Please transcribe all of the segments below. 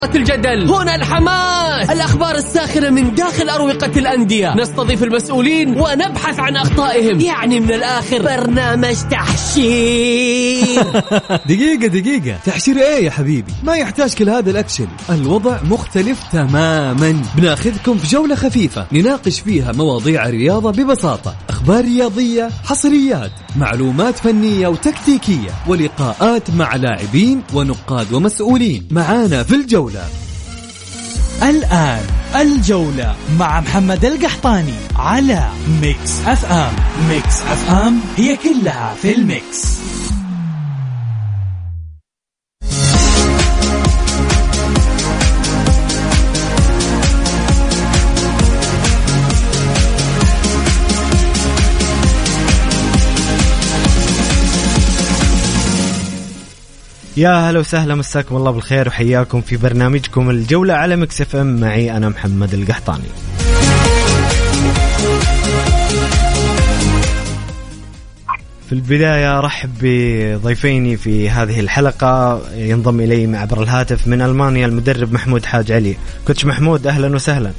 الجدل هنا، الحماس، الأخبار الساخنة من داخل أروقة الأندية، نستضيف المسؤولين ونبحث عن أخطائهم، يعني من الآخر برنامج تحشير. دقيقة تحشير ايه يا حبيبي؟ ما يحتاج كل هذا الأكشن، الوضع مختلف تماما. بناخذكم في جولة خفيفة نناقش فيها مواضيع الرياضة ببساطة، أخبار رياضية، حصريات، معلومات فنية وتكتيكية، ولقاءات مع لاعبين ونقاد ومسؤولين. معانا في الجولة الآن الجولة مع محمد القحطاني على ميكس اف ام. ميكس اف ام هي كلها في الميكس. يا هلا وسهلا، مساكم الله بالخير وحياكم في برنامجكم الجولة على ميكس اف ام. معي أنا محمد القحطاني. في البداية رحب بضيفيني في هذه الحلقة. ينضم إلي عبر الهاتف من ألمانيا المدرب محمود حاج علي. كوتش محمود، أهلا وسهلا.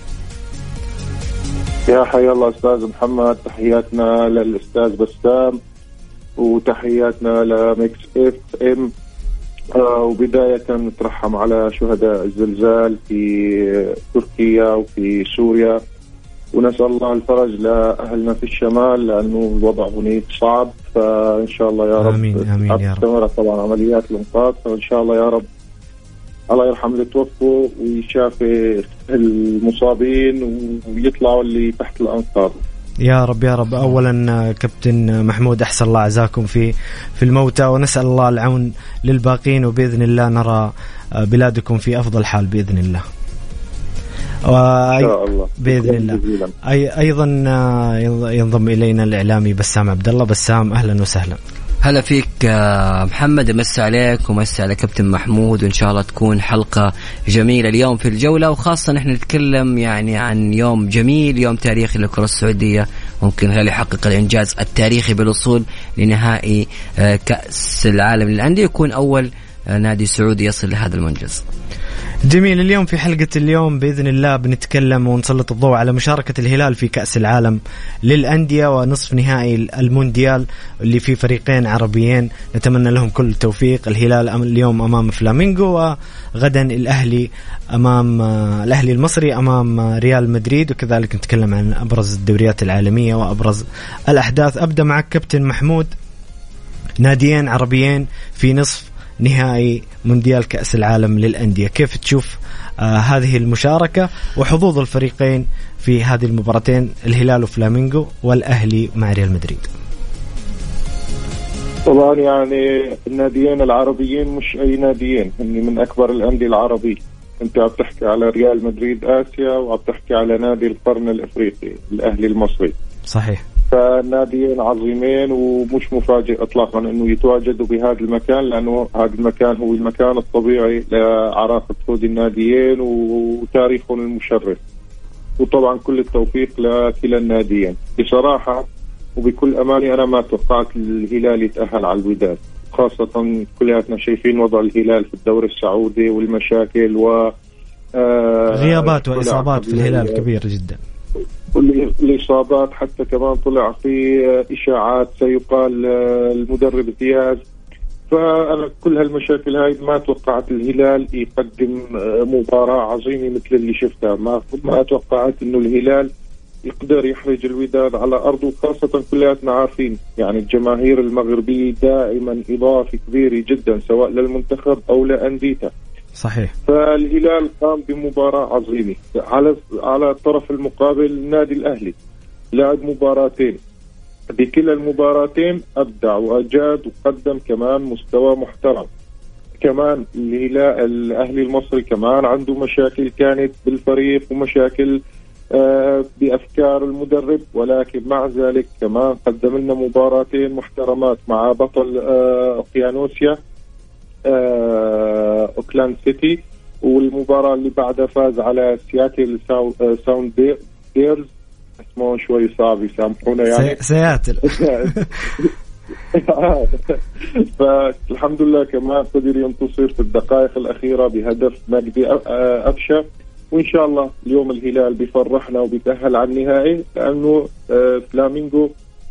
يا حيا الله أستاذ محمد، تحياتنا للأستاذ بسام وتحياتنا لميكس اف ام. وبداية نترحم على شهداء الزلزال في تركيا وفي سوريا، ونسأل الله الفرج لأهلنا في الشمال لأنه الوضع هناك صعب، فإن شاء الله يا رب. آمين آمين يا رب. طبعا عمليات الإنقاذ، فإن شاء الله يا رب الله يرحم اللي توفوا ويشافي المصابين ويطلعوا اللي تحت الأنقاض يا رب يا رب. أولا كابتن محمود، أحسن الله عزاكم في الموتى، ونسأل الله العون للباقين، وبإذن الله نرى بلادكم في أفضل حال بإذن الله. بإذن الله. أيضا ينضم إلينا الإعلامي بسام عبد الله. بسام، أهلا وسهلا. هلا فيك محمد، مسا عليك ومسا على كابتن محمود، وإن شاء الله تكون حلقة جميلة اليوم في الجولة، وخاصة نحن نتكلم يعني عن يوم جميل، يوم تاريخي للكرة السعودية، ممكن هل يحقق الإنجاز التاريخي بالوصول لنهائي كأس العالم للأندية، يكون أول نادي سعودي يصل لهذا المنجز. جميل. اليوم في حلقة اليوم بإذن الله بنتكلم ونسلط الضوء على مشاركة الهلال في كأس العالم للأندية ونصف نهائي المونديال اللي فيه فريقين عربيين، نتمنى لهم كل التوفيق. الهلال اليوم أمام فلامينغو، وغدا الأهلي المصري أمام ريال مدريد، وكذلك نتكلم عن أبرز الدوريات العالمية وأبرز الأحداث. أبدأ معك كابتن محمود، ناديين عربيين في نصف نهائي مونديال كأس العالم للأندية، كيف تشوف هذه المشاركة وحظوظ الفريقين في هذه المباراتين، الهلال وفلامينغو والأهلي مع ريال مدريد؟ طبعا يعني الناديين العربيين مش أي ناديين، هن من أكبر الأندية العربية. أنت عم تحكي على ريال مدريد آسيا، وعم تحكي على نادي القرن الأفريقي الأهلي المصري. صحيح. فناديين عظيمين، ومش مفاجئ اطلاقا انه يتواجدوا بهذا المكان، لانه هذا المكان هو المكان الطبيعي لعراقة هذول الناديين وتاريخهم المشرف. وطبعا كل التوفيق لكلا الناديين. بصراحة وبكل امانه انا ما توقعت الهلال يتأهل على الوداد، خاصة كلياتنا شايفين وضع الهلال في الدوري السعودي والمشاكل غيابات وإصابات في الهلال كبيرة جدا. الإصابات حتى كمان طلع في إشاعات سيقال المدرب دياز. فأنا كل هالمشاكل هاي ما توقعت الهلال يقدم مباراة عظيمة مثل اللي شفتها. ما توقعت إنه الهلال يقدر يحرج الوداد على أرضه، خاصة كلياتنا عارفين يعني الجماهير المغربية دائما إضافة كبيرة جدا سواء للمنتخب أو لأنديته. صحيح. فالهلال قام بمباراة عظيمة. على الطرف المقابل النادي الأهلي لعب مباراتين، بكلا المباراتين أبدع وأجاد وقدم كمان مستوى محترم. كمان الأهلي المصري كمان عنده مشاكل كانت بالفريق ومشاكل بأفكار المدرب، ولكن مع ذلك كمان قدم لنا مباراتين محترمات مع بطل أوقيانوسيا أوكلاند سيتي، والمباراة اللي بعدها فاز على سياتل ساوند بيرز، اسمه شوي صعب يسامحونا يعني سياتل فالحمد لله كمان قدر ينتصر في الدقائق الأخيرة بهدف مجدي أفشة، وإن شاء الله اليوم الهلال بيفرحنا وبيتأهل على النهائي، لأنه فلامينغو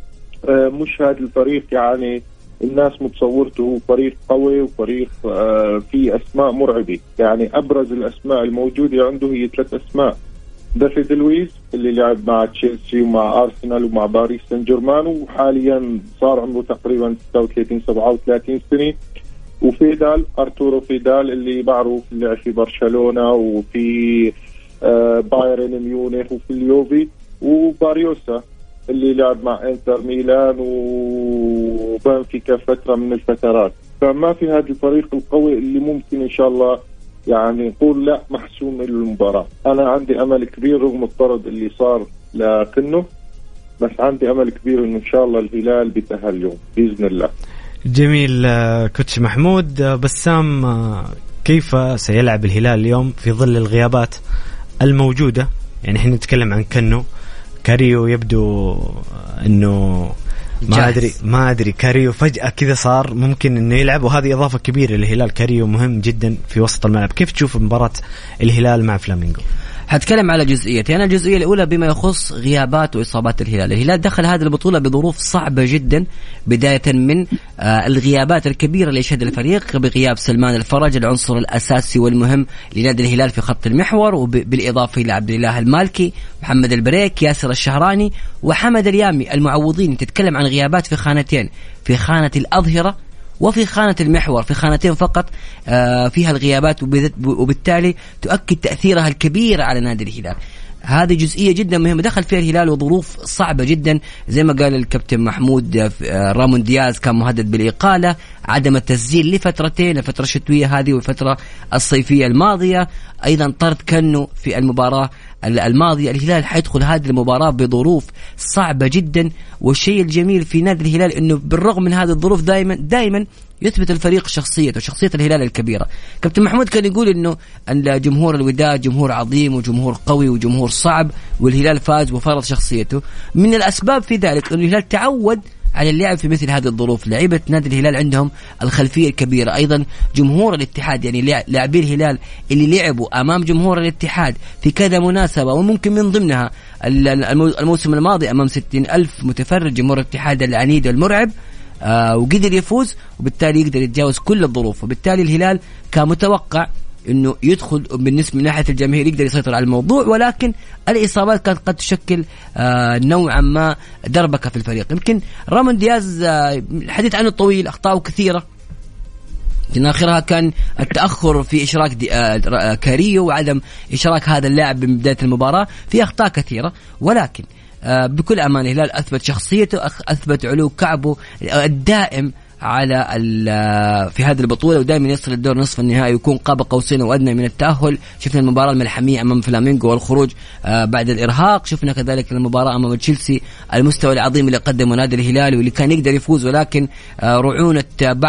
مش هذا الفريق يعني الناس متصورته فريق قوي وفريق فيه أسماء مرعبة. يعني أبرز الأسماء الموجودة عنده هي 3 أسماء: دافيد لويس اللي لعب مع تشيلسي ومع أرسنال ومع باريس سان جيرمان، وحاليا صار عمره تقريبا 36-37 سنة، وفيدال أرتورو فيدال اللي معروف اللي لعب في برشلونة وفي بايرن ميونخ وفي اليوفي، وباريوسا اللي لعب مع انتر ميلان وبنفيكا فترة من الفترات. فما في هذا الفريق القوي اللي ممكن إن شاء الله يعني نقول لا محسوم المباراة. أنا عندي أمل كبير رغم الطرد اللي صار لكنه، بس عندي أمل كبير إنه إن شاء الله الهلال بيتأهل اليوم بإذن الله. جميل كوتش محمود. بسام، كيف سيلعب الهلال اليوم في ظل الغيابات الموجودة؟ يعني احنا نتكلم عن كاريو يبدو انه ما ادري كاريو فجأة كذا صار ممكن انه يلعب، وهذه اضافة كبيرة للهلال. كاريو مهم جدا في وسط الملعب. كيف تشوف مباراة الهلال مع فلامينغو؟ هتكلم على جزئيتين. الجزئية الأولى بما يخص غيابات وإصابات الهلال. الهلال دخل هذه البطولة بظروف صعبة جدا، بداية من الغيابات الكبيرة اللي يشهد الفريق بغياب سلمان الفرج العنصر الأساسي والمهم لنادي الهلال في خط المحور، وبالإضافة إلى عبد الله المالكي، محمد البريك، ياسر الشهراني وحمد اليامي المعوضين. تتكلم عن غيابات في خانتين، في خانة الأظهرة وفي خانة المحور، في خانتين فقط فيها الغيابات، وبالتالي تؤكد تأثيرها الكبير على نادي الهلال. هذه جزئية جدا مهمة دخل فيها الهلال وظروف صعبة جدا، زي ما قال الكابتن محمود. رامون دياز كان مهدد بالإقالة، عدم التسجيل لفترتين، الفترة الشتوية هذه والفترة الصيفية الماضية، أيضا طرد كنو في المباراة الماضية. الهلال حيدخل هذه المباراة بظروف صعبة جدا، والشيء الجميل في نادي الهلال أنه بالرغم من هذه الظروف دائما يثبت الفريق شخصية الهلال الكبيرة. كابتن محمود كان يقول أنه جمهور الوداد جمهور عظيم وجمهور قوي وجمهور صعب، والهلال فاز وفرض شخصيته. من الأسباب في ذلك أنه الهلال تعود على اللعب في مثل هذه الظروف. لعيبة نادي الهلال عندهم الخلفية الكبيرة. أيضا جمهور الاتحاد، يعني لاعبي الهلال اللي لعبوا أمام جمهور الاتحاد في كذا مناسبة، وممكن من ضمنها الموسم الماضي أمام 60,000 متفرج، جمهور الاتحاد العنيد والمرعب، وقدر يفوز، وبالتالي يقدر يتجاوز كل الظروف. وبالتالي الهلال كان متوقع انه يدخل بالنسبه من ناحيه الجماهير يقدر يسيطر على الموضوع، ولكن الاصابات كانت قد تشكل نوعا ما دربكه في الفريق. يمكن رامون دياز الحديث عنه طويل، اخطاءه كثيره، من آخرها كان التأخر في إشراك كاريو وعدم إشراك هذا اللاعب من بداية المباراة، في أخطاء كثيرة. ولكن بكل أمان الهلال أثبت شخصيته، أثبت علو كعبه الدائم على في هذه البطولة، ودائما يصل الدور نصف النهائي ويكون قاب قوسين وأدنى من التأهل. شفنا المباراة الملحمية أمام فلامينغو والخروج بعد الإرهاق، شفنا كذلك المباراة أمام تشيلسي، المستوى العظيم اللي قدمه نادي الهلال واللي كان يقدر يفوز، ولكن رعونة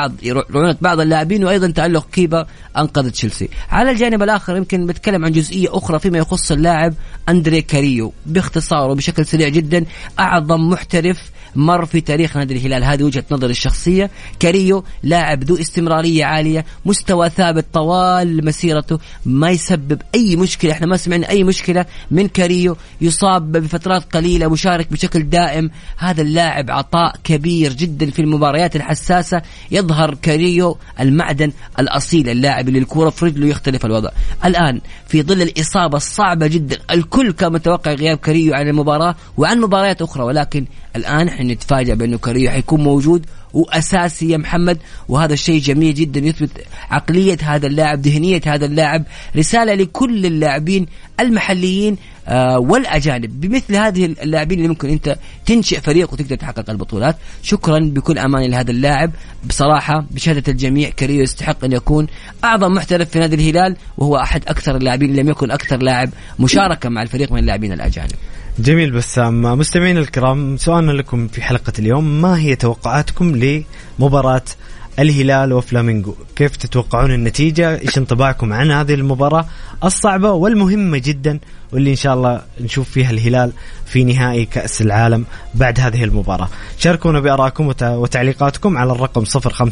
بعض اللاعبين وأيضا تألق كيبا أنقذ تشيلسي. على الجانب الآخر يمكن بتكلم عن جزئية أخرى فيما يخص اللاعب أندري كاريو، باختصار وبشكل سريع جدا، أعظم محترف مر في تاريخ نادي الهلال. هذه وجهة نظر الشخصية. كاريو لاعب ذو استمرارية عالية، مستوى ثابت طوال مسيرته، ما يسبب أي مشكلة. احنا ما سمعنا أي مشكلة من كاريو، يصاب بفترات قليلة، مشارك بشكل دائم. هذا اللاعب عطاء كبير جدا في المباريات الحساسة. يظهر كاريو المعدن الأصيل، اللاعب اللي الكرة في رجله يختلف الوضع. الآن في ظل الإصابة الصعبة جدا، الكل كان متوقع غياب كاريو عن المباراة وعن مباريات أخرى، ولكن الآن احنا نتفاجأ بأنه كاريو حيكون موجود وأساسي يا محمد، وهذا الشيء جميل جدا، يثبت عقلية هذا اللاعب، ذهنية هذا اللاعب. رسالة لكل اللاعبين المحليين والأجانب بمثل هذه اللاعبين اللي ممكن أنت تنشئ فريق وتقدر تحقق البطولات. شكرا بكل أمان لهذا اللاعب. بصراحة بشهادة الجميع كاريو يستحق أن يكون أعظم محترف في نادي الهلال، وهو أحد أكثر اللاعبين، لم يكن أكثر لاعب مشاركة مع الفريق من اللاعبين الأجانب. جميل بسام. مستمعين الكرام، سؤالنا لكم في حلقة اليوم: ما هي توقعاتكم لمباراة الهلال وفلامينغو. كيف تتوقعون النتيجة؟ إيش انطباعكم عن هذه المباراة الصعبة والمهمة جدا، واللي إن شاء الله نشوف فيها الهلال في نهائي كأس العالم بعد هذه المباراة؟ شاركونا بآرائكم وتعليقاتكم على الرقم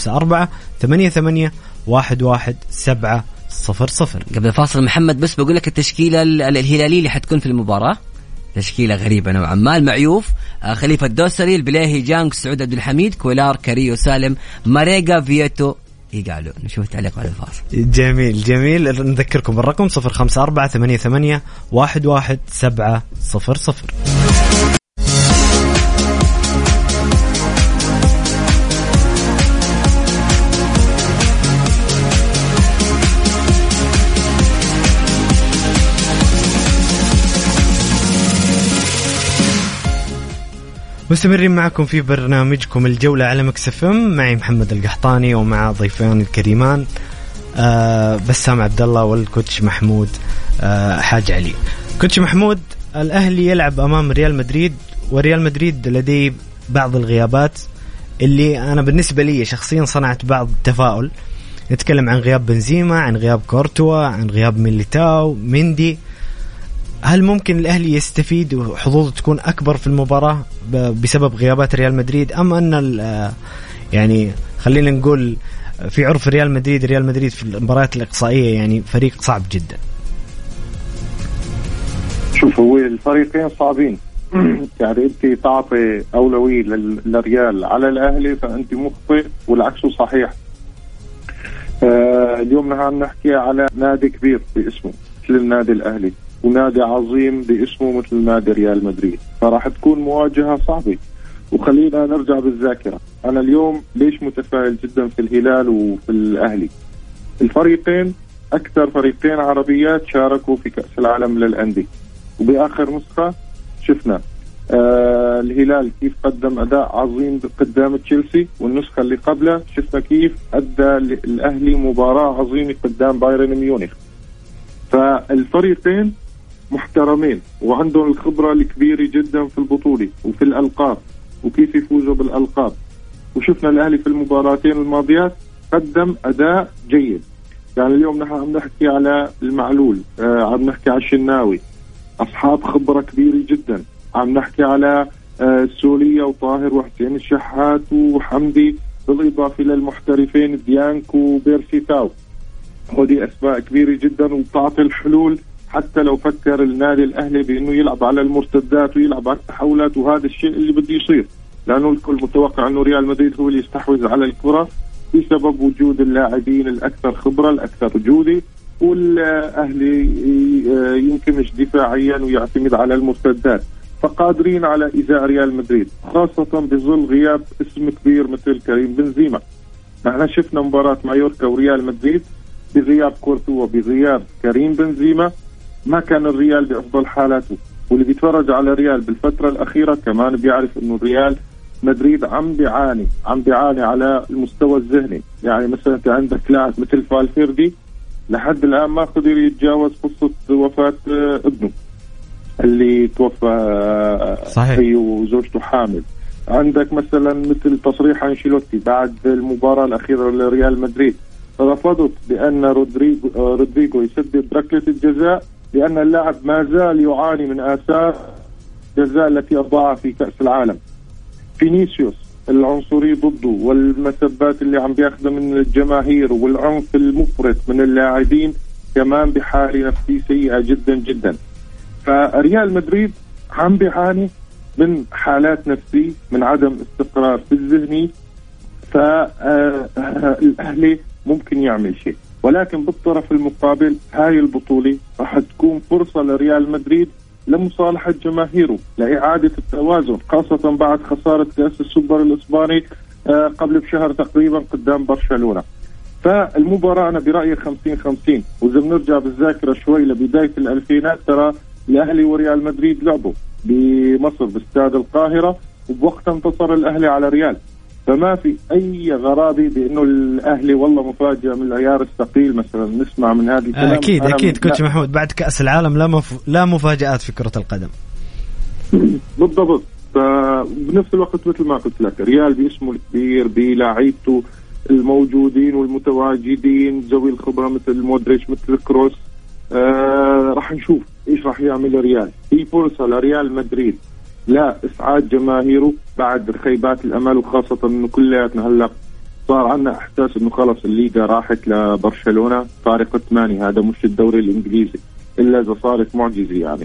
0548811700. قبل فاصل محمد بس بقول لك التشكيلة الهلالية اللي حتكون في المباراة تشكيلة غريبة نوعا ما. المعيوف خليفة الدوسري، البلاهي، جانك، سعود عبد الحميد، كويلار، كاريو، سالم، ماريجا، فيتو، يقالوا. نشوف تعليق على الفاصل. جميل جميل. نذكركم بالرقم 0548811700. مستمرين معكم في برنامجكم الجولة على ميكس اف ام، معي محمد القحطاني ومع ضيفان الكريمان بسام عبد الله والكوتش محمود حاج علي. كوتش محمود، الأهلي يلعب أمام ريال مدريد، وريال مدريد لديه بعض الغيابات اللي أنا بالنسبة لي شخصيا صنعت بعض التفاؤل. نتكلم عن غياب بنزيما، عن غياب كورتوا، عن غياب ميليتاو، مندي. هل ممكن الأهلي يستفيد وحظوظه تكون أكبر في المباراة بسبب غيابات ريال مدريد، أم أن يعني خلينا نقول في عرف ريال مدريد في المباريات الإقصائية يعني فريق صعب جدا؟ شوف، هو الفريقين صعبين. يعني أنت تعطي أولوية للريال على الأهلي فأنت مخطئ، والعكس صحيح. اليوم نحن نحكي على نادي كبير باسمه مثل النادي الأهلي، ونادي عظيم باسمه مثل نادي ريال مدريد، فراح تكون مواجهة صعبة. وخلينا نرجع بالذاكرة، أنا اليوم ليش متفائل جدا في الهلال وفي الأهلي؟ الفريقين أكثر فريقين عربيات شاركوا في كأس العالم للأندية، وبآخر نسخة شفنا الهلال كيف قدم أداء عظيم قدام تشيلسي، والنسخة اللي قبلها شفنا كيف أدى الأهلي مباراة عظيمة قدام بايرن ميونخ. فالفريقين محترمين وعندهم الخبرة الكبيرة جدا في البطولة وفي الألقاب وكيف يفوزوا بالألقاب. وشفنا الأهلي في المباراتين الماضيات قدم أداء جيد. يعني اليوم نحن عم نحكي على المعلول، عم نحكي على الشناوي، أصحاب خبرة كبيرة جدا. عم نحكي على السولية وطاهر وحسين الشحات وحمدي، بالإضافة للمحترفين ديانك وبيرسي تاو. ودي أسماء كبيرة جدا وبتعطي الحلول، حتى لو فكر النادي الأهلي بأنه يلعب على المرتدات ويلعب على التحولات، وهذا الشيء اللي بده يصير، لأنه الكل متوقع أنه ريال مدريد هو اللي يستحوذ على الكرة بسبب وجود اللاعبين الأكثر خبرة الأكثر جودة، والأهلي ينكمش دفاعيا ويعتمد على المرتدات. فقادرين على إزاء ريال مدريد، خاصة بظل غياب اسم كبير مثل كريم بنزيما. نحن شفنا مباراة مايوركا وريال مدريد بغياب كورتوا وبغياب كريم بنزيما، ما كان الريال بأفضل حالاته. واللي بيتفرج على الريال بالفترة الأخيرة كمان بيعرف إنه الريال مدريد عم بيعاني على المستوى الذهني. يعني مثلا أنت عندك لاعب مثل فالفيردي لحد الآن ما قدر يتجاوز قصة وفاة ابنه اللي توفى، صحيح، هي وزوجته حامل. عندك مثلا مثل تصريح أنشيلوتي بعد المباراة الأخيرة لريال مدريد، رفضت بأن رودريغو يسدد ركلة الجزاء لأن اللاعب ما زال يعاني من آثار الجزاء التي أضاعها في كأس العالم. فينيسيوس العنصري ضده والمسبات اللي عم بياخذها من الجماهير والعنف المفرط من اللاعبين كمان بحالة نفسية سيئة جدا جدا. فريال مدريد عم بيعاني من حالات نفسية، من عدم استقرار في الذهني. فالأهلي ممكن يعمل شيء، ولكن بالطرف المقابل هاي البطولة راح تكون فرصة لريال مدريد لمصالحة جماهيره، لإعادة التوازن، خاصة بعد خسارة كأس السوبر الإسباني قبل بشهر تقريبا قدام برشلونة. فالمباراة أنا برأيي 50-50. وإذا بنرجع بالذاكرة شوي لبداية الألفينات، ترى الأهلي وريال مدريد لعبوا بمصر باستاد القاهرة، وبوقتها انتصر الأهلي على ريال. فما في أي غرابة بأنه الأهلي والله مفاجأة من العيار الثقيل مثلا نسمع من هذه الكلام. أكيد كوتش محمود، بعد كأس العالم لا مفاجآت في كرة القدم. بالضبط. فبنفس الوقت مثل ما قلت لك، ريال باسمه الكبير بلاعيبته الموجودين والمتواجدين ذوي الخبرة مثل مودريتش مثل كروس. راح نشوف ايش راح يعمل ريال. في فرصة لريال مدريد لا اسعاد جماهيره بعد خيبات الامل، وخاصة انه كلياتنا هلا صار عندنا احساس انه خلص الليغا راحت لبرشلونة، فارق 8 هذا مش الدوري الانجليزي الا اذا صارت معجزة يعني.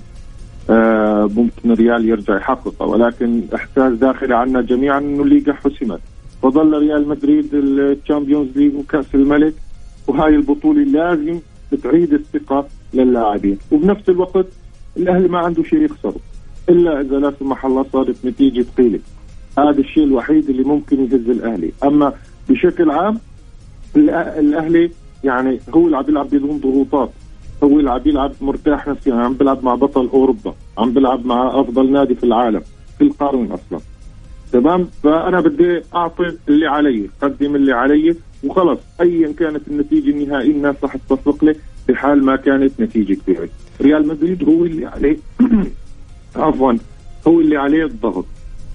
ممكن ريال يرجع يحققها، ولكن احساس داخلي عنا جميعا انه الليغا حسمت، فظل ريال مدريد الشامبيونز ليج وكأس الملك، وهاي البطولة لازم تعيد الثقة للاعبين. وبنفس الوقت الاهلي ما عنده شيء يخسره الا اذا لا سمح الله صارت نتيجة ثقيلة، هذا الشيء الوحيد اللي ممكن يهز الاهلي. اما بشكل عام الاهلي يعني هو اللي عم بيلعب بدون ضغوطات، هو اللي عم بيلعب مرتاح نفسيا، عم بيلعب مع بطل اوروبا، عم بيلعب مع افضل نادي في العالم في القرن اصلا. تمام، فانا بدي اعطي اللي علي، قدم اللي علي وخلص. ايا كانت النتيجه النهائيه الناس راح تتصفق له بحال ما كانت نتيجه كبيره. ريال مدريد هو اللي عليه عفوا هو اللي عليه الضغط.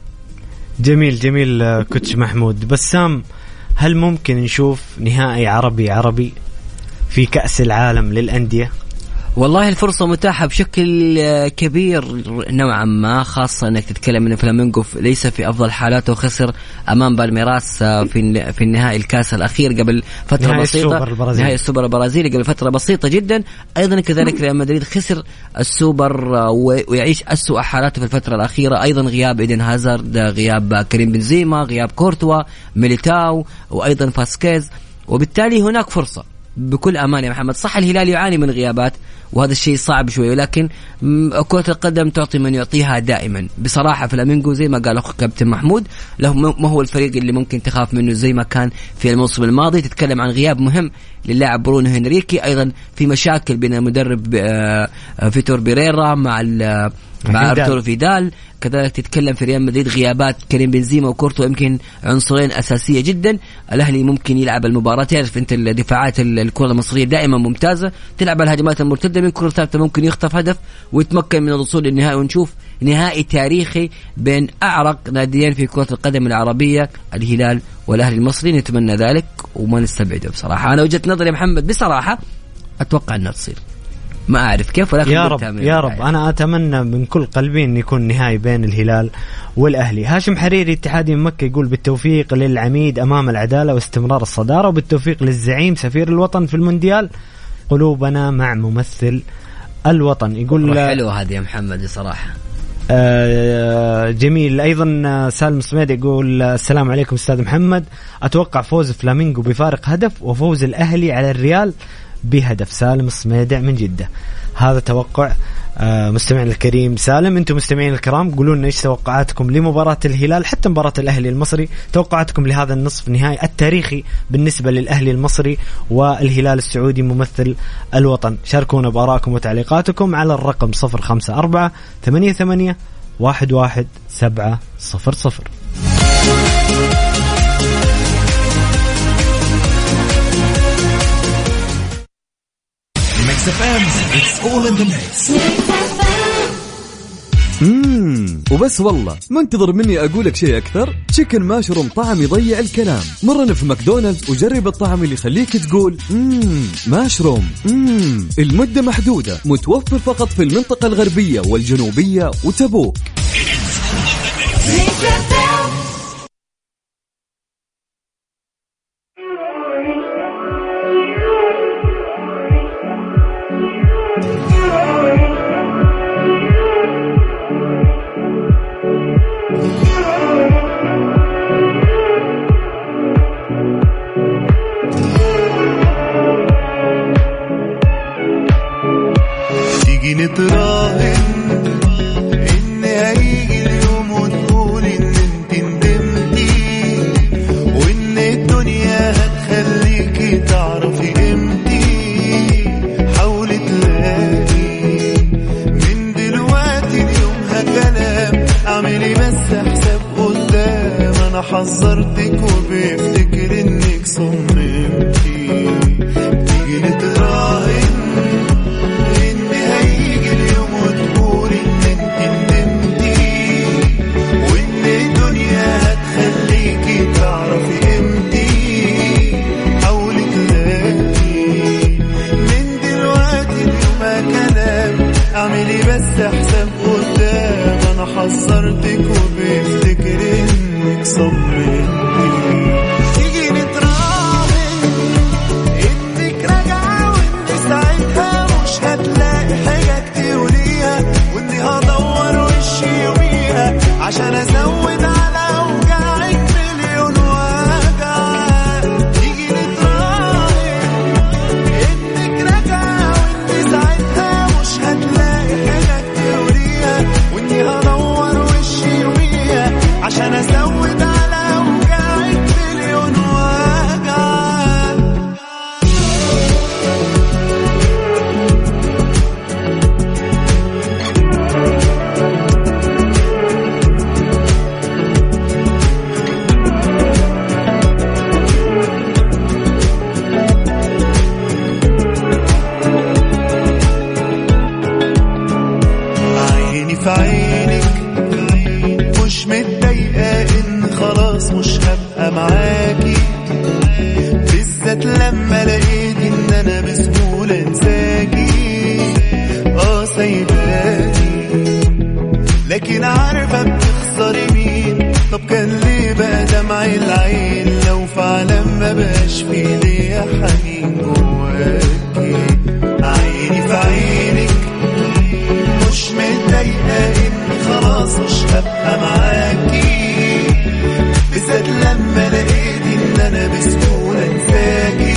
جميل جميل كوتش محمود. بسام، هل ممكن نشوف نهائي عربي في كأس العالم للأندية؟ والله الفرصة متاحة بشكل كبير نوعا ما، خاصة انك تتكلم ان فلامينغو ليس في افضل حالاته، خسر امام بالميراس في النهائي الكاس الاخير قبل فترة بسيطة، نهائي السوبر البرازيلي قبل فترة بسيطة جدا. ايضا كذلك ريال مدريد خسر السوبر ويعيش أسوأ حالاته في الفترة الأخيرة، ايضا غياب إيدن هازارد، غياب كريم بنزيما، غياب كورتوا، ميليتاو، وايضا فاسكيز. وبالتالي هناك فرصة بكل أمان يا محمد. صح الهلال يعاني من غيابات وهذا الشيء صعب شوي، ولكن كرة القدم تعطي من يعطيها دائما. بصراحة فلامينغو زي ما قال أخو كابتن محمود له ما هو الفريق اللي ممكن تخاف منه زي ما كان في الموسم الماضي. تتكلم عن غياب مهم للاعب برونو هنريكي، أيضا في مشاكل بين المدرب فيتور بيريرا مع أرتورو فيدال. كذلك تتكلم في ريال مدريد غيابات كريم بنزيما وكورتو، يمكن عنصرين أساسية جدا. الأهلي ممكن يلعب المباراة، تعرف أنت الدفاعات الكرة المصرية دائما ممتازة، تلعب الهجمات المرتدة، من كرة ثابتة ممكن يخطف هدف ويتمكن من الوصول للنهائي، ونشوف نهائي تاريخي بين أعرق ناديين في كرة القدم العربية، الهلال والأهلي المصري. نتمنى ذلك وما نستبعده. بصراحة أنا وجهة نظري يا محمد بصراحة أتوقع أنها تصير، ما أعرف كيف، ولكن يا رب أنا أتمنى من كل قلبي أن يكون نهائي بين الهلال والأهلي. هاشم حريري اتحادي من مكة يقول بالتوفيق للعميد أمام العدالة واستمرار الصدارة، وبالتوفيق للزعيم سفير الوطن في المونديال، قلوبنا مع ممثل الوطن. يقول حلو هذه يا محمد صراحة. جميل. أيضا سالم صميد يقول السلام عليكم أستاذ محمد، أتوقع فوز فلامينغو بفارق هدف وفوز الأهلي على الريال بهدف. سالم الصميدع من جدة. هذا توقع مستمعنا الكريم سالم. انتم مستمعين الكرام قولوا لنا ايش توقعاتكم لمباراة الهلال، حتى مباراة الأهلي المصري، توقعاتكم لهذا النصف نهائي التاريخي بالنسبة للأهلي المصري والهلال السعودي ممثل الوطن. شاركونا بآرائكم وتعليقاتكم على الرقم 0548811700. وبس والله منتظر مني أقولك شيء أكثر. تشيكن ماشروم طعم يضيع الكلام. مرنا في ماكدونالدز وجرب الطعم اللي يخليك تقول ماشروم. المدة محدودة، متوفر فقط في المنطقة الغربية والجنوبية وتبوك. نتراهن إن هيجي اليوم وتقول إن انت ندمتي، وإن الدنيا هتخليكي تعرفي قيمتي. حاولي تلاقي من دلوقتي ليومها كلام، اعملي بس حساب قدام. أنا حذرتك وبفتكر إنك صممتي. تيجي نتراهن تعرفي قيمتي. اعملي بس حساب قدام، انا حذرتك وبفتكر انك صبرتي. تيجي نتراهن انك راجعة واني ساعتها مش هتلاقي حاجة تقوليها، واني هدور وشي يوميها عشان ازود على اوجاعك مليون وجع. تيجي نتراهن انك راجعة واني ساعتها مش هتلاقي حاجة تقوليها، واني هدور وشي يوميها عشان ازود على اوجاعك مليون وجع. عيني في عينك مش متضايقة ان خلاص مش هبقى معاكي، بالذات لما لقيت ان انا بسهولة انساكي. سايباني لكن عارفة بتخسري مين. طب كان ليه بقى دمعي العين لو فعلا ما بقاش في ليا حنين جواكي. عيني في عينك مش متضايقة إني خلاص مش هبقى معاكي، بالذات لما لقيت إن أنا بسهولة انساكي.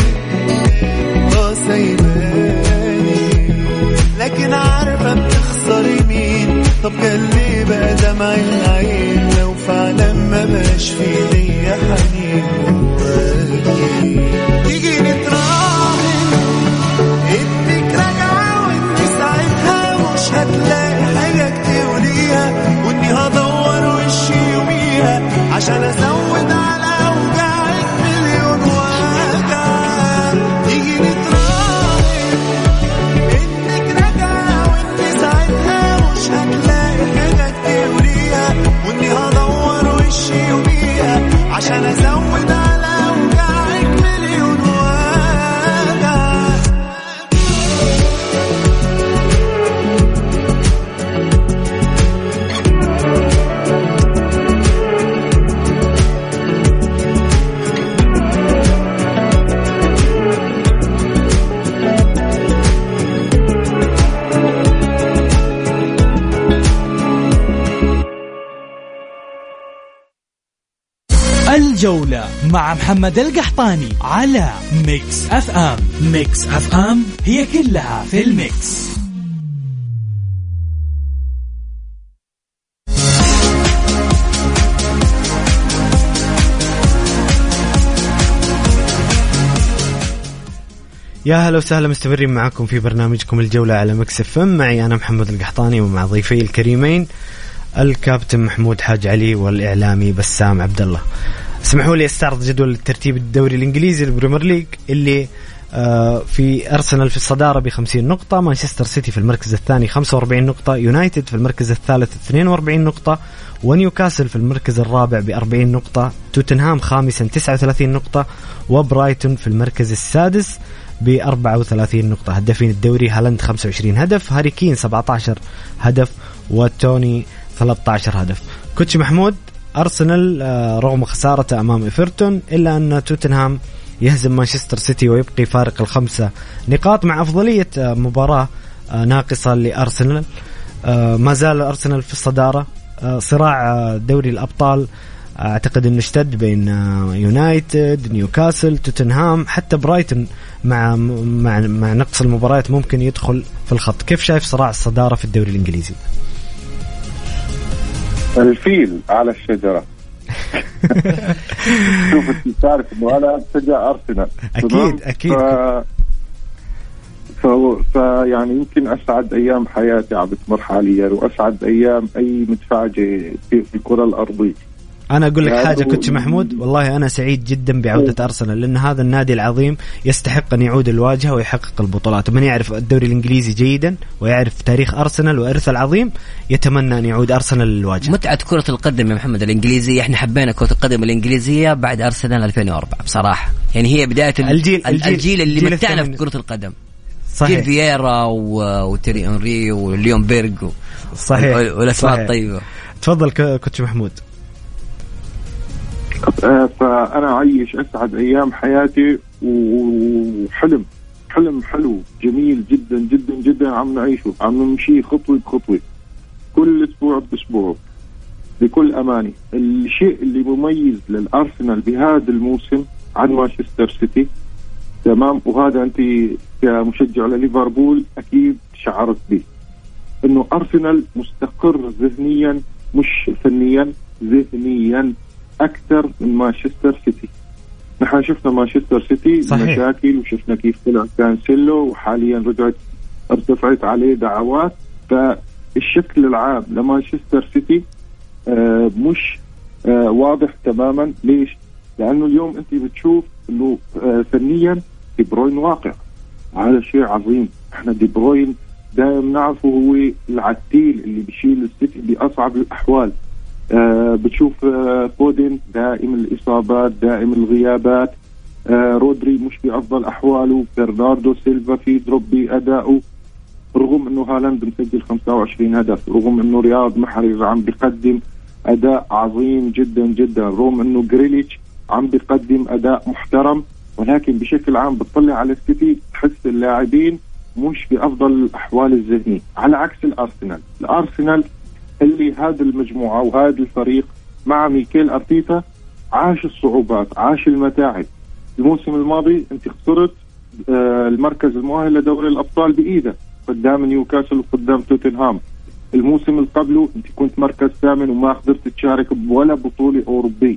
سايباني لكن عارفة بتخسري مين. طب كان ليه بقى دمعي العين لو فعلا ما بقاش في ليا حنين جواكي. تيجي نتراهن إنك راجعة وإني ساعتها مش هتلاقي حاجة تقوليها، وإني هدور وشي يوميها عشان أزود على أوجاعك مليون وجع. تيجي نتراهن إنك راجعة وإني ساعتها مش هتلاقي حاجة تقوليها، وإني هدور وشي يوميها عشان أزود على أوجاعك مليون وجع. الجولة مع محمد القحطاني على ميكس اف ام. ميكس اف ام هي كلها في الميكس. يا هلا وسهلا، مستمرين معكم في برنامجكم الجولة على ميكس اف ام. معي أنا محمد القحطاني ومع ضيفي الكريمين الكابتن محمود حاج علي والإعلامي بسام عبد الله. اسمحوا لي استعرض جدول الترتيب الدوري الإنجليزي البريمير ليج اللي في أرسنال في الصدارة ب50 نقطة، مانشستر سيتي في المركز الثاني 45 نقطة، يونايتد في المركز الثالث 42 نقطة، ونيوكاسل في المركز الرابع ب40 نقطة، توتنهام خامسا 39 نقطة، وبرايتون في المركز السادس ب34 نقطة. هدافين الدوري هالاند 25 هدف، هاري كين 17 هدف، وتوني 13 هدف. كوتش محمود، أرسنال رغم خسارته أمام إيفرتون إلا أن توتنهام يهزم مانشستر سيتي ويبقي فارق ال5 نقاط مع أفضلية مباراة ناقصة لأرسنال. ما زال أرسنال في الصدارة. صراع دوري الأبطال أعتقد أنه اشتد بين يونايتد، نيوكاسل، توتنهام، حتى برايتون مع نقص المباريات ممكن يدخل في الخط. كيف شايف صراع الصدارة في الدوري الإنجليزي؟ الفيل على الشجرة. شوف انت تعرف انه انا بشجع ارسنال اكيد يعني يمكن اسعد ايام حياتي عم بتمر حاليا، واسعد ايام اي متفاجئ في الكرة الارضية. أنا أقول لك حاجة كوتش محمود، والله أنا سعيد جدا بعودة أرسنال، لأن هذا النادي العظيم يستحق أن يعود الواجهة ويحقق البطولات. من يعرف الدوري الإنجليزي جيدا ويعرف تاريخ أرسنال وإرث العظيم يتمنى أن يعود أرسنال للواجهة. متعة كرة القدم يا محمد الإنجليزية، إحنا حبينا كرة القدم الإنجليزية بعد أرسنال 2004 بصراحة. يعني هي بداية الجيل اللي متعنا في كرة القدم. صحيح فييرا وتيري أنري واليوم بيرغ صحيح والأسماء الطيبة. تفضل كوتش محمود. فأنا عايش أسعد أيام حياتي وحلم حلو جميل جدا جدا جدا عم نعيشه، عم نمشي خطوة بخطوة كل أسبوع بأسبوع بكل أمانة. الشيء اللي مميز للأرسنال بهذا الموسم عن مانشستر سيتي، تمام، وهذا أنت كمشجع لليفربول أكيد شعرت به، إنه أرسنال مستقر ذهنيا مش فنيا، ذهنيا أكثر من مانشستر سيتي. نحن شفنا مانشستر سيتي مشاكل، وشفنا كيف طلع كانسيلو، وحاليا ارتفعت عليه دعوات. فالشكل العام لمانشستر سيتي مش واضح تماما. ليش؟ لأنه اليوم أنت بتشوف إنه فنيا دي بروين واقع، هذا شيء عظيم. احنا دي بروين دائما نعرفه هو العتيل اللي بيشيل السيتي بأصعب الأحوال. بتشوف فودن دائم الإصابات، دائم الغيابات. رودري مش بأفضل أحواله. برناردو سيلفا في دروب بأدائه، رغم أنه هالاند مسجل 25 هدف، رغم أنه رياض محرز عم بيقدم أداء عظيم جدا جدا، رغم أنه جريليتش عم بيقدم أداء محترم. ولكن بشكل عام بتطلع على السيتي تحس اللاعبين مش بأفضل الأحوال الذهنية، على عكس الأرسنال اللي هذا المجموعة وهذا الفريق مع ميكيل أرتيتا عاش الصعوبات، عاش المتاعب. الموسم الماضي انت خسرت المركز المؤهل لدوري الأبطال بإيدك قدام نيوكاسل وقدام توتنهام. الموسم اللي قبله انت كنت مركز ثامن وما قدرت تشارك ولا بطولة أوروبية.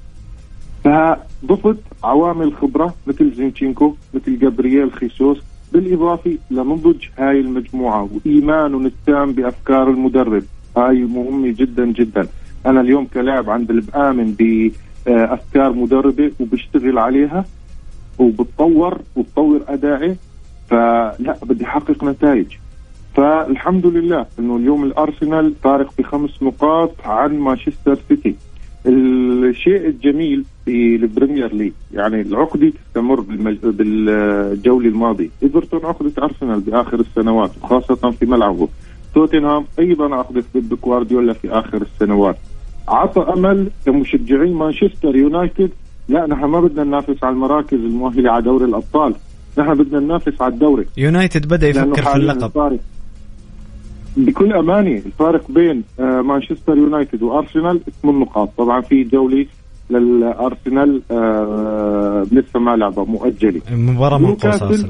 فضفت عوامل خبرة مثل زينشينكو، مثل جابرييل خيسوس، بالإضافة لنضج هاي المجموعة وإيمانهم التام بأفكار المدرب. هاي مهمة جدا جدا. أنا اليوم كلاعب عندي بآمن بأفكار مدربة وبشتغل عليها وبتطور أدائي، فلا بدي أحقق نتائج. فالحمد لله إنه اليوم الأرسنال فارق ب5 نقاط عن مانشستر سيتي. الشيء الجميل في البريمير ليج يعني العقدة تستمر بالجولة الماضية. إيفرتون عقدت أرسنال بآخر السنوات وخاصة في ملعبه. توتنهام أيضا عقدت ضد جوارديولا في آخر السنوات. عطى أمل لمشجعين مانشستر يونايتد، لا نحن ما بدنا ننافس على المراكز المؤهلة على دوري الأبطال، نحن بدنا ننافس على الدوري. يونايتد بدأ يفكر في اللقب. بكل أمانة الفارق بين مانشستر يونايتد وأرسنال 8 نقاط. طبعا في جولة للأرسنال لسه ما لعبة مؤجلة، مباراة منقوصة.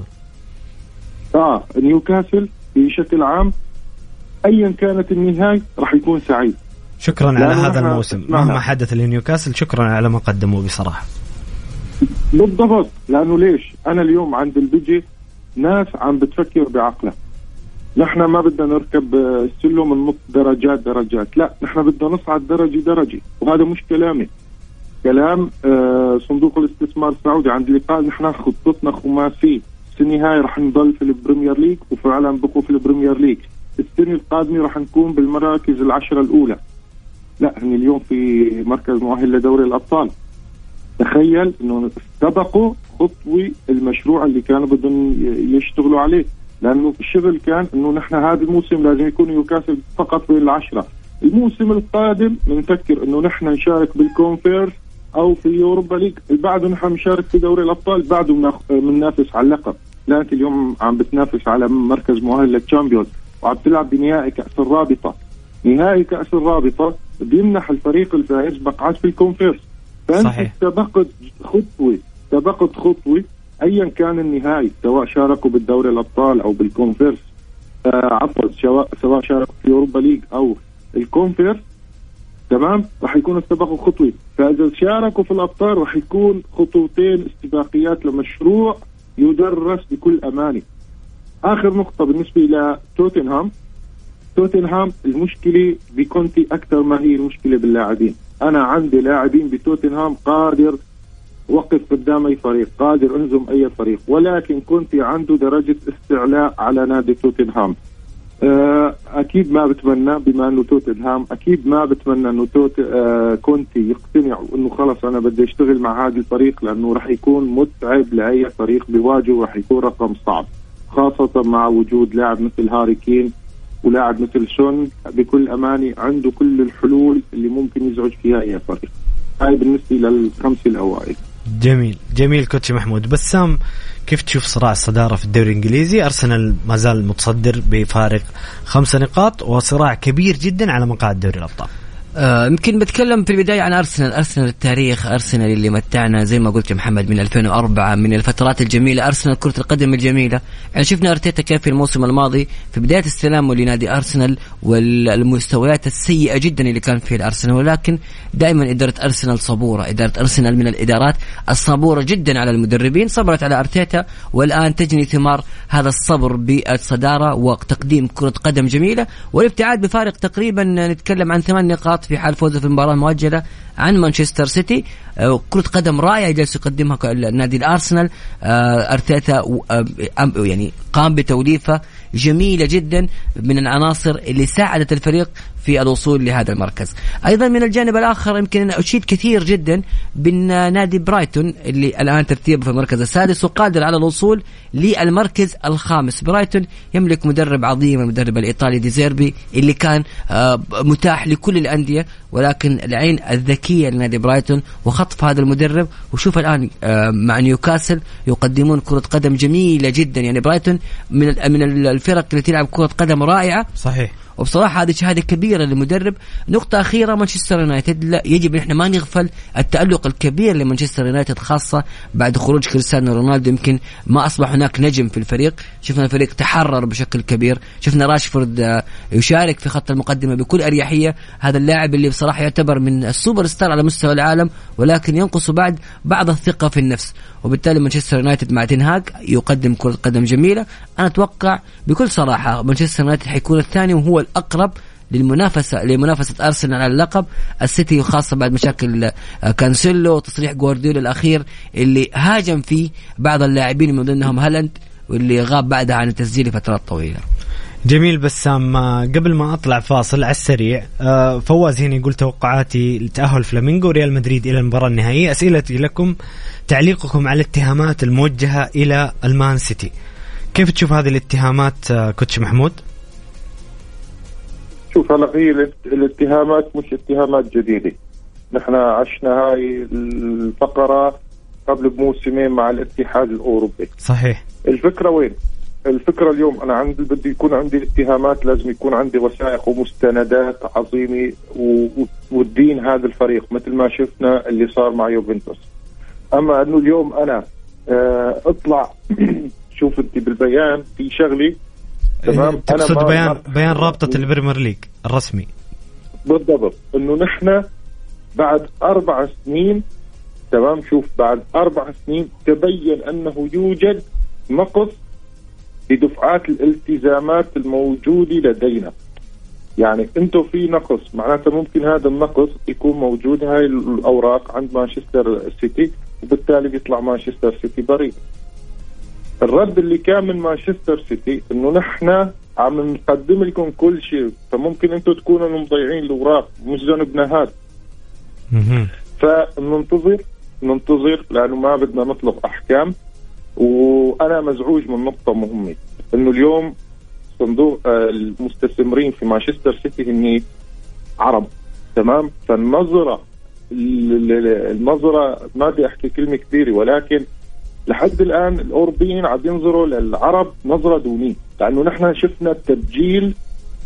نيوكاسل بشكل عام أيا كانت النهاية راح يكون سعيد. شكرا على هذا الموسم مهما حدث لنيوكاسل، شكرا على ما قدموا بصراحة. بالضبط، لأنه ليش أنا اليوم عند البيجي ناس عم بتفكر بعقله. نحن ما بدنا نركب السلم النط درجات، لا نحن بدنا نصعد درجة. وهذا مش كلامي، كلام صندوق الاستثمار السعودي. عند اللي قال نحن خطتنا خماسية، السنة هاي رح نضل في البريمير ليج، وفعلا بقوا في البريمير ليج. السنة القادمة رح نكون بالمراكز 10 الأولى. لا هن اليوم في مركز مؤهل لدوري الأبطال. تخيل إنه استبقوا خطوة المشروع اللي كانوا بدهم يشتغلوا عليه، لأنه الشغل كان إنه نحن هذا الموسم لازم يكون نيوكاسل فقط بين 10. الموسم القادم بنفكر إنه نحن نشارك بالكونفيرس أو في اليوروبا ليج، بعده نحن نشارك في دوري الأبطال، بعده بننافس على اللقب. لكن اليوم عم بتنافس على مركز مؤهل للتشامبيونز وعم تلعب بنهائي كأس الرابطة. نهائي كأس الرابطة بيمنح الفريق الفائز بقعات في الكونفيرس. فأنت سبقت خطوة أيا كان النهائي، سواء شاركوا بالدوري الأبطال أو بالكونفيرس، سواء شاركوا في أوروبا ليج أو الكونفيرس، تمام، راح يكونوا استبقوا خطوة. فإذا شاركوا في الأبطال راح يكون خطوتين استباقيات لمشروع يدرس بكل أمانة. آخر نقطة بالنسبة إلى توتنهام المشكلة بكونتي أكثر ما هي المشكلة باللاعبين. أنا عندي لاعبين بتوتنهام قادر وقف قدام أي فريق، قادر انزم أي فريق، ولكن كونتي عنده درجة استعلاء على نادي توتنهام. أكيد ما بتمنى بما أنه توتنهام، أكيد ما بتمنى أنه كونتي يقتنع أنه خلص أنا بدي أشتغل مع هذا الفريق، لأنه رح يكون متعب لأي فريق بيواجهه، رح يكون رقم صعب. خاصة مع وجود لاعب مثل هاري كين ولاعب مثل سون. بكل أمانة عنده كل الحلول اللي ممكن يزعج فيها أي فريق. هاي بالنسبة للخمسة الأوائل. جميل كوتش محمود. بسام، كيف تشوف صراع الصدارة في الدوري الإنجليزي؟ أرسنال ما زال متصدر بفارق 5 نقاط وصراع كبير جدا على مقاعد دوري الأبطال. يمكن بتكلم في البداية عن أرسنال التاريخ، أرسنال اللي متعنا زي ما قلت يا محمد من 2004، من الفترات الجميلة، أرسنال كرة القدم الجميلة. يعني شفنا أرتيتا كيف في الموسم الماضي في بداية استلامه لنادي أرسنال والمستويات السيئة جدا اللي كان فيها الأرسنال، ولكن دائما إدارة أرسنال صبورة، إدارة أرسنال من الإدارات الصبورة جدا على المدربين، صبرت على أرتيتا والآن تجني ثمار هذا الصبر بالصدارة وتقديم كرة قدم جميلة والابتعاد بفارق تقريبا نتكلم عن 8 نقاط في حال فوزه في المباراة المؤجلة عن مانشستر سيتي. كرة قدم رائعة جالس يقدمها النادي الأرسنال. أرتيتا يعني قام بتوليفة جميلة جدا من العناصر اللي ساعدت الفريق في الوصول لهذا المركز. أيضا من الجانب الآخر يمكن أن أشيد كثير جدا بالنادي برايتون اللي الآن ترتيبه في المركز السادس وقادر على الوصول للمركز الخامس. برايتون يملك مدرب عظيم، المدرب الإيطالي دي زيربي اللي كان متاح لكل الأندية، ولكن العين الذكية لنادي برايتون وخطف هذا المدرب. وشوف الآن مع نيوكاسل يقدمون كرة قدم جميلة جدا. يعني برايتون من الفرق اللي تلعب كرة قدم رائعة صحيح. وبصراحة هذه شهادة كبيرة للمدرب. نقطة أخيرة، مانشستر يونايتد لا يجب نحن ما نغفل التألق الكبير لمانشستر يونايتد، خاصة بعد خروج كريستيانو رونالدو. يمكن ما أصبح هناك نجم في الفريق، شفنا الفريق تحرر بشكل كبير، شفنا راشفورد يشارك في خط المقدمة بكل أريحية. هذا اللاعب اللي بصراحة يعتبر من السوبر ستار على مستوى العالم، ولكن ينقص بعض الثقة في النفس، وبالتالي مانشستر يونايتد مع تنهاج يقدم كرة قدم جميلة. أنا أتوقع بكل صراحة مانشستر يونايتد حيكون الثاني وهو الأقرب لمنافسة أرسنال على اللقب. السيتي خاصة بعد مشاكل كانسيلو وتصريح جوارديولا الأخير اللي هاجم فيه بعض اللاعبين من ضمنهم هالاند واللي غاب بعدها عن التسجيل فترات طويلة. جميل. بسام، قبل ما أطلع فاصل على السريع، فواز هنا يقول توقعاتي لتأهل فلامينغو وريال مدريد إلى المباراة النهائية. أسئلتي لكم تعليقكم على الاتهامات الموجهة إلى المان سيتي. كيف تشوف هذه الاتهامات كوتش محمود؟ شوف، هلا هي الاتهامات مش اتهامات جديدة، نحن عشنا هاي الفقرة قبل بموسمين مع الاتحاد الأوروبي. صحيح. الفكرة وين؟ الفكرة اليوم أنا بدي يكون عندي اتهامات، لازم يكون عندي وثائق ومستندات عظيمة والدين هذا الفريق مثل ما شفنا اللي صار مع يوفنتوس. أما أنه اليوم أنا أطلع شوف أنت بالبيان في شغلي تمام. تقصد بيان رابطة البريمير ليج الرسمي بالضبط، انه نحن بعد 4 سنين تمام، شوف بعد 4 سنين تبين انه يوجد نقص في دفعات الالتزامات الموجودة لدينا. يعني انتو في نقص، معناته ممكن هذا النقص يكون موجود هاي الاوراق عند مانشستر سيتي، وبالتالي بيطلع مانشستر سيتي بريء. الرد اللي كان من مانشستر سيتي انه نحن عم نقدم لكم كل شيء، فممكن انتم تكونوا مضيعين الاوراق مش ذنبنا هذا. فننتظر لانه ما بدنا نطلب احكام. وانا مزعوج من نقطه مهمه، انه اليوم صندوق المستثمرين في مانشستر سيتي هني عرب تمام. فالنظره ما بدي احكي كلمه كبيره، ولكن لحد الآن الأوروبيين عم ينظروا للعرب نظرة دونية، لأنه نحن شفنا التبجيل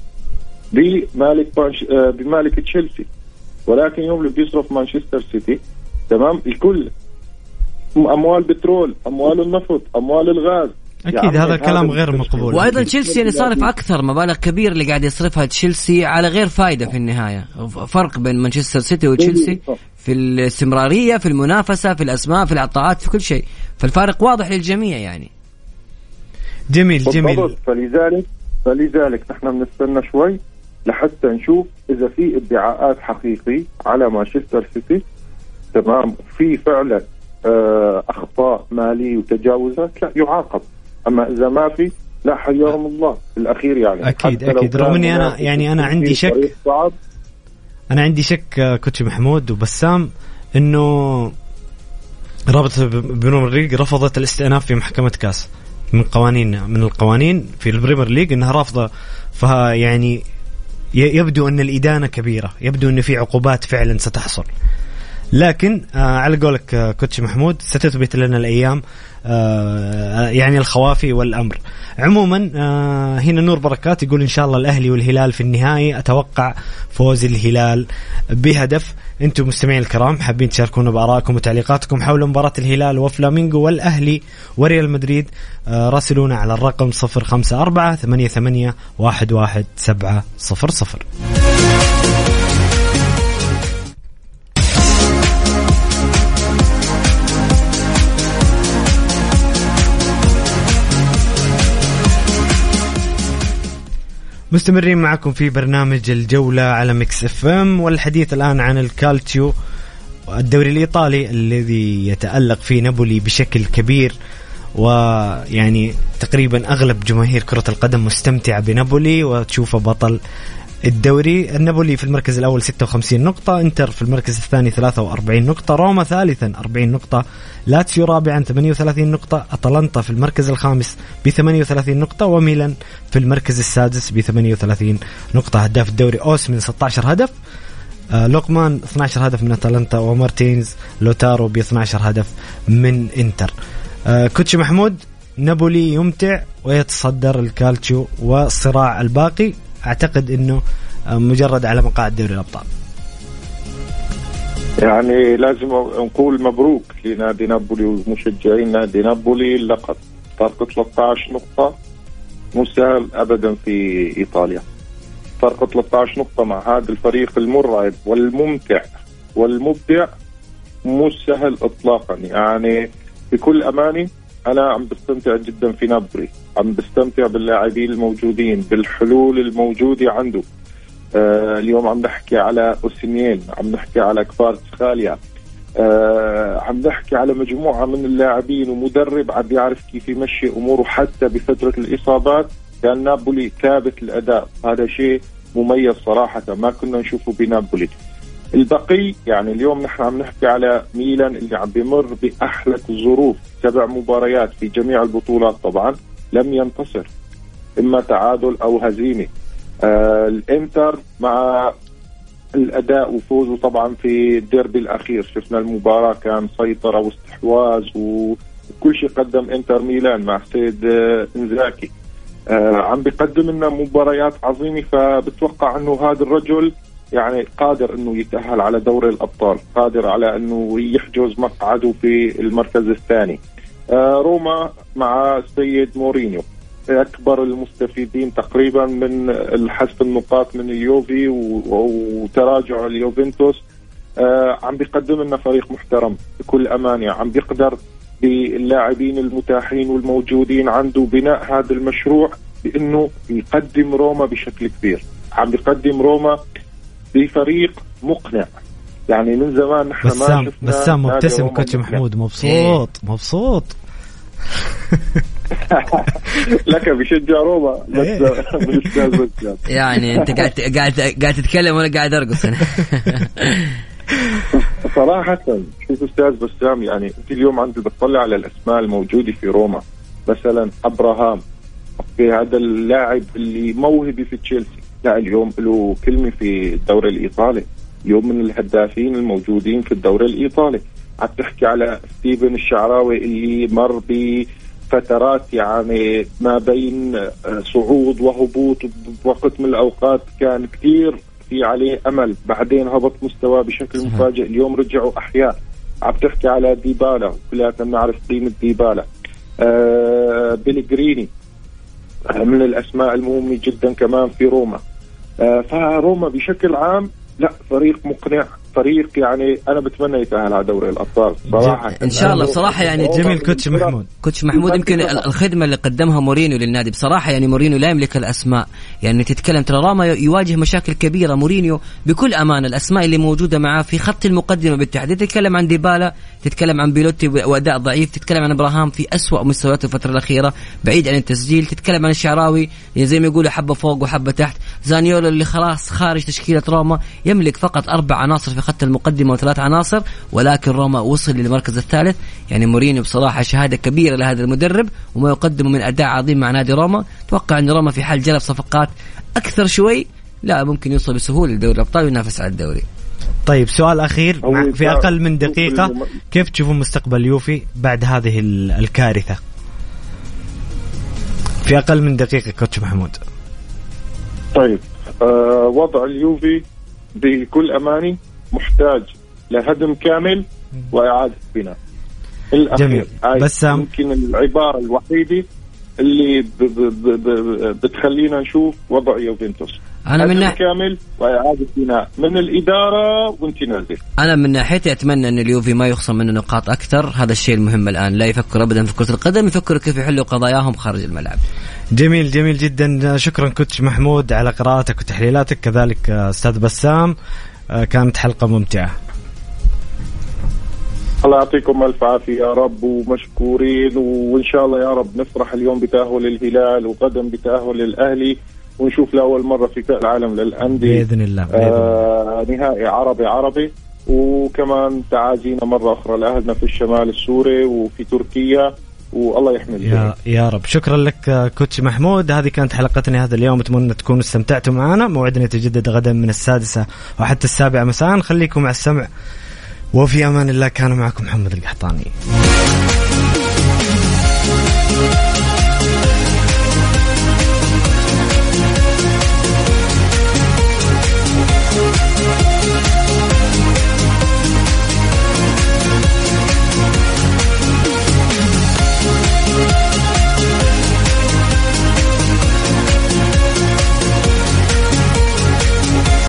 بمالك تشيلسي، ولكن يوم اللي بيصرف مانشستر سيتي تمام الكل أموال بترول، أموال النفط، أموال الغاز. أكيد يعني هذا كلام غير مقبول. وأيضا تشيلسي يعني صارف أكثر، مبالغ كبيرة اللي قاعد يصرفها تشيلسي على غير فايدة في النهاية. فرق بين مانشستر سيتي وتشيلسي في الاستمرارية، في المنافسة، في الأسماء، في العطاءات، في كل شيء، فالفارق واضح للجميع يعني. جميل. فلذلك نحن بنستنى شوي لحتى نشوف إذا في ادعاءات حقيقية على مانشستر سيتي تمام، في فعلا أخطاء مالية وتجاوزات، لا يعاقب. أما إذا ما في، لا حياهم الله الأخير يعني. أكيد رغم أني أنا عندي شك، أنا عندي شك كوتش محمود وبسام إنه رابطة بريمير ليج رفضت الاستئناف في محكمة كاس من القوانين في البريمير ليج انها رافضه، فيعني يبدو ان الادانه كبيره، يبدو ان في عقوبات فعلا ستحصل. لكن على قولك كوتش محمود ستثبت لنا الأيام يعني الخوافي والأمر. عموما هنا نور بركات يقول إن شاء الله الأهلي والهلال في النهائي، أتوقع فوز الهلال بهدف. أنتم مستمعين الكرام حابين تشاركونا بآرائكم وتعليقاتكم حول مباراة الهلال وفلامينغو والأهلي وريال مدريد، راسلونا على الرقم 0548811700. مستمرين معكم في برنامج الجولة على ميكس اف ام، والحديث الآن عن الكالتشيو الدوري الإيطالي الذي يتألق فيه نابولي بشكل كبير، ويعني تقريبا أغلب جماهير كرة القدم مستمتعة بنابولي وتشوفه بطل الدوري. النابولي في المركز الأول 56 نقطة، انتر في المركز الثاني 43 نقطة، روما ثالثا 40 نقطة، لاتسيو رابعا 38 نقطة، أتلانتا في المركز الخامس ب38 نقطة، وميلان في المركز السادس ب38 نقطة. هداف الدوري أوسمن 16 هدف، لوكمان 12 هدف من أتلانتا، ومارتينز لوتارو ب12 هدف من انتر. كوتش محمود، نابولي يمتع ويتصدر الكالتشيو والصراع الباقي أعتقد أنه مجرد على مقاعد دوري الأبطال. يعني لازم نقول مبروك لنادي نابولي ومشجعين نادي نابولي اللقب. فرق 13 نقطة مو سهل أبدا في إيطاليا. فرق 13 نقطة مع هذا الفريق المرعب والممتع والمبدع مو سهل إطلاقا. يعني بكل أمانة أنا عم بستمتع جدا في نابولي، عم بستمتع باللاعبين الموجودين، بالحلول الموجودة عنده. اليوم عم نحكي على أوسيمين، عم نحكي على كفاراتسخاليا، عم نحكي على مجموعة من اللاعبين ومدرب عم يعرف كيف يمشي أموره حتى بفترة الإصابات. كان نابولي ثابت الأداء، هذا شيء مميز صراحة ما كنا نشوفه بنابولي. البقي يعني اليوم نحن عم نحكي على ميلان اللي عم بمر بأحلك الظروف، 7 مباريات في جميع البطولات طبعا لم ينتصر، إما تعادل أو هزيمة. الانتر مع الأداء وفوزه طبعا في الديربي الأخير، شفنا المباراة كان سيطرة واستحواذ وكل شيء قدم انتر ميلان مع سيد إنزاكي. عم بيقدم لنا مباريات عظيمة، فبتوقع أنه هذا الرجل يعني قادر أنه يتأهل على دوري الأبطال، قادر على أنه يحجز مقعده في المركز الثاني. روما مع السيد مورينيو أكبر المستفيدين تقريبا من حذف النقاط من اليوفي وتراجع اليوفنتوس. عم بيقدم لنا فريق محترم بكل أمانة، عم بيقدر باللاعبين المتاحين والموجودين عنده بناء هذا المشروع بأنه يقدم روما بشكل كبير. عم بيقدم روما بفريق مقنع، يعني من زمان نحن ما شفنا. بسام مبتسم كوتش محمود، مبسوط لك بيشجع روما بس يعني انت قاعد تتكلم وانا قاعد ارقص انا. صراحة شوف أستاذ بسام، يعني أنت اليوم عندي بتطلع على الأسماء الموجودة في روما، مثلا أبراهام في هذا اللاعب اللي موهبي في تشيلسي، لا اليوم له كلمة في الدوري الإيطالي، اليوم من الهدافين الموجودين في الدوري الإيطالي. عم تحكي على ستيفن الشعراوي اللي مر بفترات يعني ما بين صعود وهبوط، بوقت من الأوقات كان كتير في عليه أمل، بعدين هبط مستوى بشكل مفاجئ، اليوم رجعوا أحياء. عم تحكي على ديبالا، كلنا نعرف قيمة ديبالا. بيلغريني من الأسماء المهمة جدا كمان في روما. فروما بشكل عام لا فريق مقنع، فريق يعني أنا بتمنى يتأهل على دوري الأبطال صراحة إن شاء الله. بصراحة يعني جميل كوتش محمود يمكن الخدمة اللي قدمها مورينيو للنادي بصراحة، يعني مورينيو لا يملك الأسماء، يعني تتكلم ترى روما يواجه مشاكل كبيرة. مورينيو بكل أمانة الأسماء اللي موجودة معاه في خط المقدمة بالتحديد، تتكلم عن ديبالا، تتكلم عن بيلوتي وأداء ضعيف، تتكلم عن إبراهام في أسوأ مستوياته الفترة الأخيرة بعيد عن التسجيل، تتكلم عن الشعراوي زي ما يقولوا حبة فوق وحبة تحت، زانيولو اللي خلاص خارج تشكيلة روما يملك فقط 4 عناصر في خط المقدمة و3 عناصر، ولكن روما وصل للمركز الثالث. يعني مورينيو بصراحة شهادة كبيرة لهذا المدرب وما يقدمه من أداء عظيم مع نادي روما. توقع أن روما في حال جلب صفقات أكثر شوي لا ممكن يوصل بسهولة لدوري الأبطال وينافس على الدوري. طيب سؤال أخير في أقل من دقيقة، كيف تشوفون مستقبل يوفي بعد هذه الكارثة؟ في أقل من دقيقة كوتش محمود. طيب وضع اليوفي بكل أماني محتاج لهدم كامل وإعادة بناء. جميل. بس يمكن العبارة الوحيدة اللي بتخلينا نشوف وضع يوفنتوس أنا من كامل وإعادة بناء من الإدارة وانت نازل. أنا من ناحيتي أتمنى أن اليوفي ما يخصم منه نقاط أكثر، هذا الشيء المهم الآن. لا يفكر أبدا في كرة القدم، يفكروا كيف يحلوا قضاياهم خارج الملعب. جميل جميل جدا. شكرا كوتش محمود على قراءتك وتحليلاتك، كذلك أستاذ بسام، كانت حلقة ممتعة. الله يعطيكم ألف عافية يا رب ومشكورين، وإن شاء الله يا رب نفرح اليوم بتأهل الهلال وغدا بتأهل الأهلي، ونشوف لأول مرة في كأس العالم للأندية بإذن الله. نهائي عربي، وكمان تعازينا مرة أخرى لأهلنا في الشمال السوري وفي تركيا، والله يحمل يا رب. شكرا لك كوتش محمود. هذه كانت حلقتنا هذا اليوم، أتمنى تكونوا استمتعتوا معنا. موعدنا يتجدد غدا من 6 وحتى 7 مساء. خليكم على السمع وفي أمان الله. كان معكم محمد القحطاني.